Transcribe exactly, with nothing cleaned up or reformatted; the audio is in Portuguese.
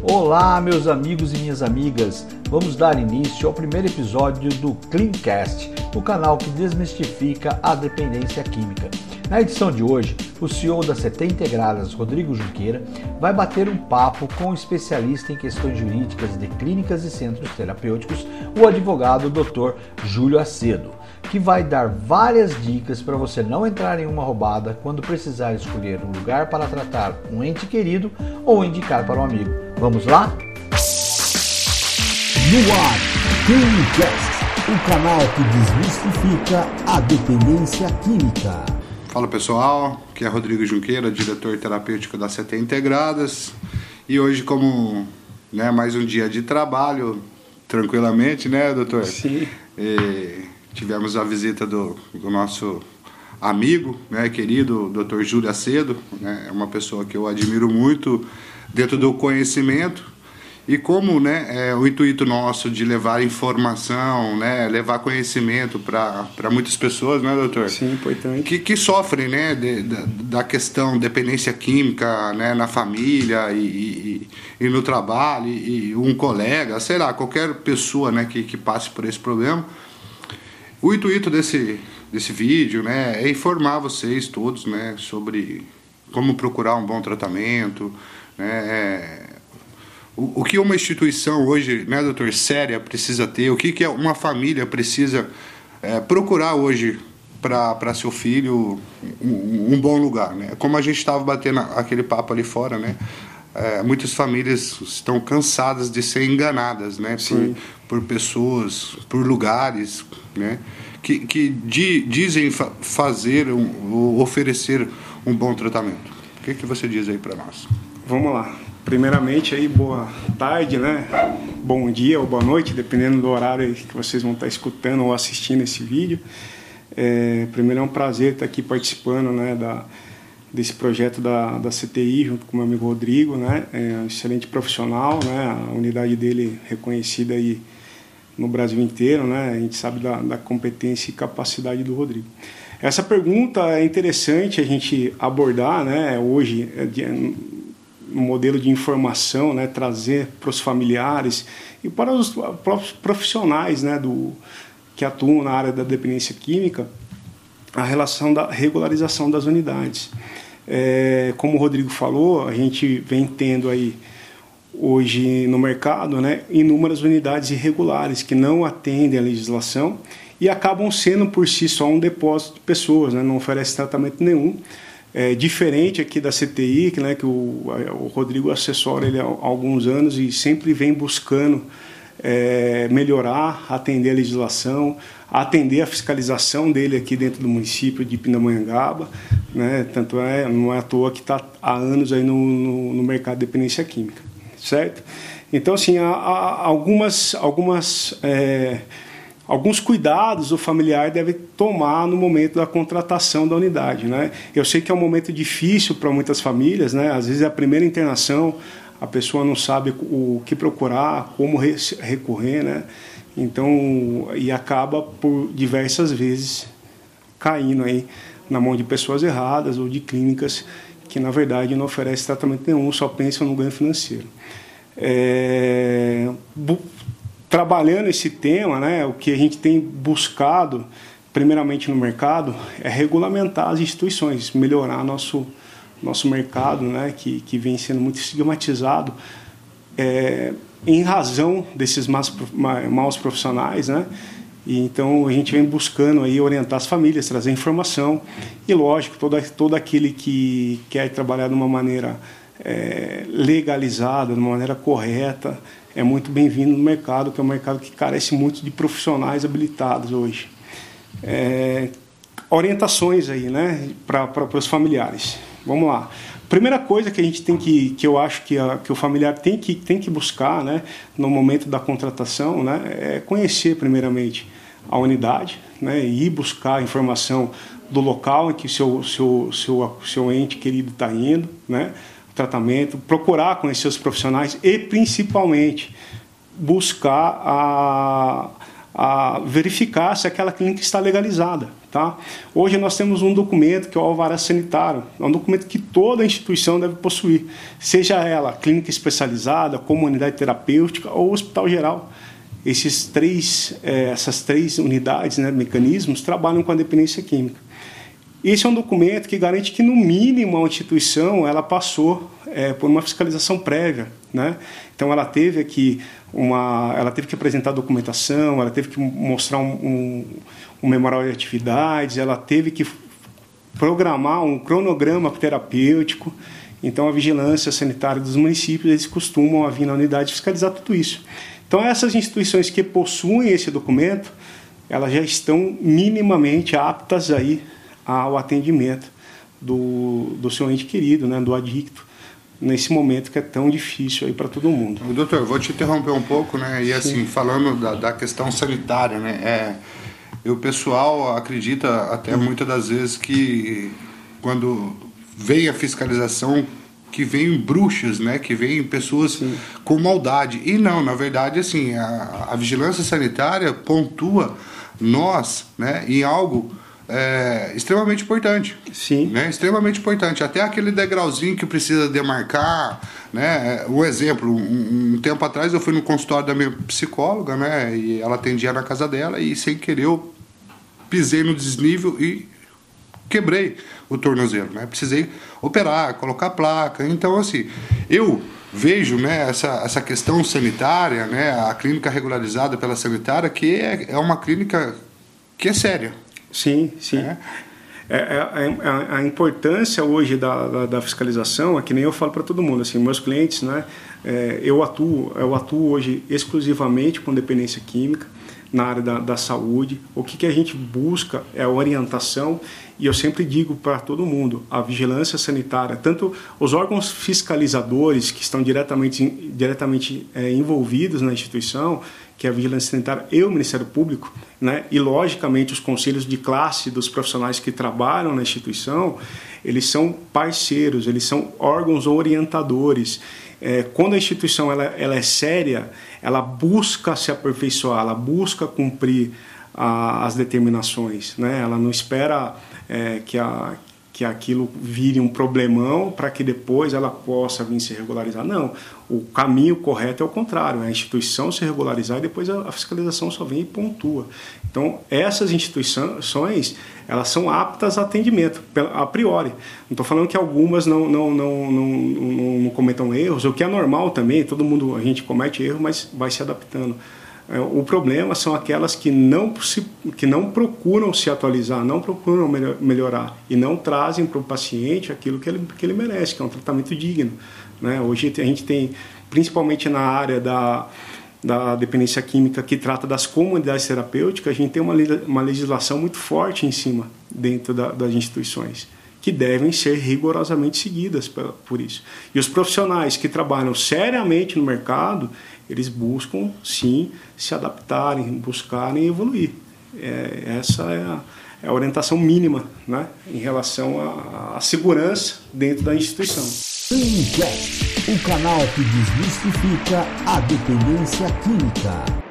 Olá, meus amigos e minhas amigas! Vamos dar início ao primeiro episódio do Cleancast, o canal que desmistifica a dependência química. Na edição de hoje, o C E O da C T Integradas, Rodrigo Junqueira, vai bater um papo com o especialista em questões jurídicas de clínicas e centros terapêuticos, o advogado doutor Júlio Acedo, que vai dar várias dicas para você não entrar em uma roubada quando precisar escolher um lugar para tratar um ente querido ou indicar para um amigo. Vamos lá? No ar, Cleancast, o canal que desmistifica a dependência química. Fala pessoal, aqui é Rodrigo Junqueira, diretor terapêutico da C T Integradas, e hoje, como né, mais um dia de trabalho, tranquilamente, né, doutor? Sim. E tivemos a visita do, do nosso amigo, né, querido doutor Júlio Acedo, né, é uma pessoa que eu admiro muito dentro do conhecimento. E como né, é, o intuito nosso de levar informação, né, levar conhecimento para muitas pessoas, né, doutor? Sim, importante. Que, que sofrem né, de, da, da questão dependência química né, na família e, e, e no trabalho, e, e um colega, sei lá, qualquer pessoa né, que, que passe por esse problema. O intuito desse, desse vídeo né, é informar vocês todos né, sobre como procurar um bom tratamento, né, é, O, o que uma instituição hoje, né, doutor, séria precisa ter, o que, que uma família precisa é, procurar hoje para seu filho um, um bom lugar, né? Como a gente estava batendo aquele papo ali fora, né? É, muitas famílias estão cansadas de ser enganadas, né? Por, por pessoas, por lugares, né? Que, que di, dizem fa fazer um, ou oferecer um bom tratamento. O que, que você diz aí para nós? Vamos lá. Primeiramente, aí, boa tarde, né? Bom dia ou boa noite, dependendo do horário que vocês vão estar escutando ou assistindo esse vídeo. É, primeiro é um prazer estar aqui participando né, da, desse projeto da, da C T I, junto com o meu amigo Rodrigo, né? É um excelente profissional, né? A unidade dele reconhecida aí no Brasil inteiro, né? A gente sabe da, da competência e capacidade do Rodrigo. Essa pergunta é interessante a gente abordar, né? Hoje, é de, um modelo de informação, né, trazer para os familiares e para os próprios profissionais né, do, que atuam na área da dependência química, a relação da regularização das unidades. É, como o Rodrigo falou, a gente vem tendo aí hoje no mercado né, inúmeras unidades irregulares que não atendem à legislação e acabam sendo por si só um depósito de pessoas, né, não oferece tratamento nenhum. É diferente aqui da C T I, que, né, que o, o Rodrigo assessora ele há alguns anos e sempre vem buscando é, melhorar, atender a legislação, atender a fiscalização dele aqui dentro do município de Pindamonhangaba, né, tanto é, não é à toa que está há anos aí no, no, no mercado de dependência química, certo? Então, assim, há, há algumas... algumas é, Alguns cuidados o familiar deve tomar no momento da contratação da unidade, né? Eu sei que é um momento difícil para muitas famílias, né? Às vezes é a primeira internação, a pessoa não sabe o que procurar, como recorrer, né? Então, e acaba por diversas vezes caindo aí na mão de pessoas erradas ou de clínicas que, na verdade, não oferecem tratamento nenhum, só pensam no ganho financeiro. É... Trabalhando esse tema, né, o que a gente tem buscado, primeiramente no mercado, é regulamentar as instituições, melhorar nosso, nosso mercado, né, que, que vem sendo muito estigmatizado é, em razão desses maus, maus profissionais, né, e então a gente vem buscando aí orientar as famílias, trazer informação e, lógico, todo, todo aquele que quer trabalhar de uma maneira é, legalizada, de uma maneira correta, é muito bem-vindo no mercado, que é um mercado que carece muito de profissionais habilitados hoje. É, orientações aí, né, para os familiares. Vamos lá. Primeira coisa que a gente tem que, que eu acho que, a, que o familiar tem que, tem que buscar, né, no momento da contratação, né, é conhecer primeiramente a unidade, né, e ir buscar informação do local em que seu seu seu seu ente querido está indo, né, tratamento, procurar conhecer os profissionais e, principalmente, buscar a, a verificar se aquela clínica está legalizada, Tá? Hoje nós temos um documento que é o Alvará Sanitário, é um documento que toda instituição deve possuir, seja ela clínica especializada, comunidade terapêutica ou hospital geral. Esses três, é, essas três unidades, né, mecanismos, trabalham com a dependência química. Esse é um documento que garante que, no mínimo, a instituição ela passou é, por uma fiscalização prévia, né? Então, ela teve aqui uma, ela teve que apresentar documentação, ela teve que mostrar um, um, um memorial de atividades, ela teve que programar um cronograma terapêutico. Então, a vigilância sanitária dos municípios, eles costumam vir na unidade fiscalizar tudo isso. Então, essas instituições que possuem esse documento, elas já estão minimamente aptas aí ao atendimento do, do seu ente querido, né, do adicto, nesse momento que é tão difícil aí para todo mundo. Doutor, vou te interromper um pouco, né? E assim, Sim. falando da, da questão sanitária, né? É, e o pessoal acredita até hum. muitas das vezes que quando vem a fiscalização, que vem bruxas, né? Que vem pessoas Sim. com maldade. E não, na verdade, assim, a, a vigilância sanitária pontua nós, né, em algo É, extremamente importante. Sim. Né? Extremamente importante. Até aquele degrauzinho que precisa demarcar. Né? Um exemplo, um, um tempo atrás eu fui no consultório da minha psicóloga, né? E ela atendia na casa dela e sem querer eu pisei no desnível e quebrei o tornozelo. Né? Precisei operar, colocar placa. Então, assim, eu vejo, né, essa, essa questão sanitária, né, a clínica regularizada pela sanitária, que é, é uma clínica que é séria. Sim, sim. É. É, é, é, a importância hoje da, da, da fiscalização é que nem eu falo para todo mundo, assim, meus clientes, né, é, eu atuo, eu atuo hoje exclusivamente com dependência química na área da, da saúde. O que, que a gente busca é a orientação, e eu sempre digo para todo mundo, a vigilância sanitária, tanto os órgãos fiscalizadores que estão diretamente, diretamente é, envolvidos na instituição, que é a vigilância sanitária e o Ministério Público, né? E, logicamente, os conselhos de classe dos profissionais que trabalham na instituição, eles são parceiros, eles são órgãos orientadores. É, quando a instituição ela, ela é séria, ela busca se aperfeiçoar, ela busca cumprir a, as determinações, né? Ela não espera é, que a que aquilo vire um problemão para que depois ela possa vir se regularizar. Não, o caminho correto é o contrário, é a instituição se regularizar e depois a fiscalização só vem e pontua. Então, essas instituições, elas são aptas a atendimento, a priori. Não estou falando que algumas não, não, não, não, não, não cometam erros, o que é normal também, todo mundo, a gente comete erro, mas vai se adaptando. O problema são aquelas que não, se, que não procuram se atualizar, não procuram melhorar e não trazem para o paciente aquilo que ele, que ele merece, que é um tratamento digno. Né? Hoje a gente tem, principalmente na área da, da dependência química, que trata das comunidades terapêuticas, a gente tem uma, uma legislação muito forte em cima dentro da, das instituições, que devem ser rigorosamente seguidas por, por isso. E os profissionais que trabalham seriamente no mercado, eles buscam, sim, se adaptarem, buscarem evoluir. É, essa é a, é a orientação mínima, né, em relação à segurança dentro da instituição. Cleancast, o canal que desmistifica a dependência química.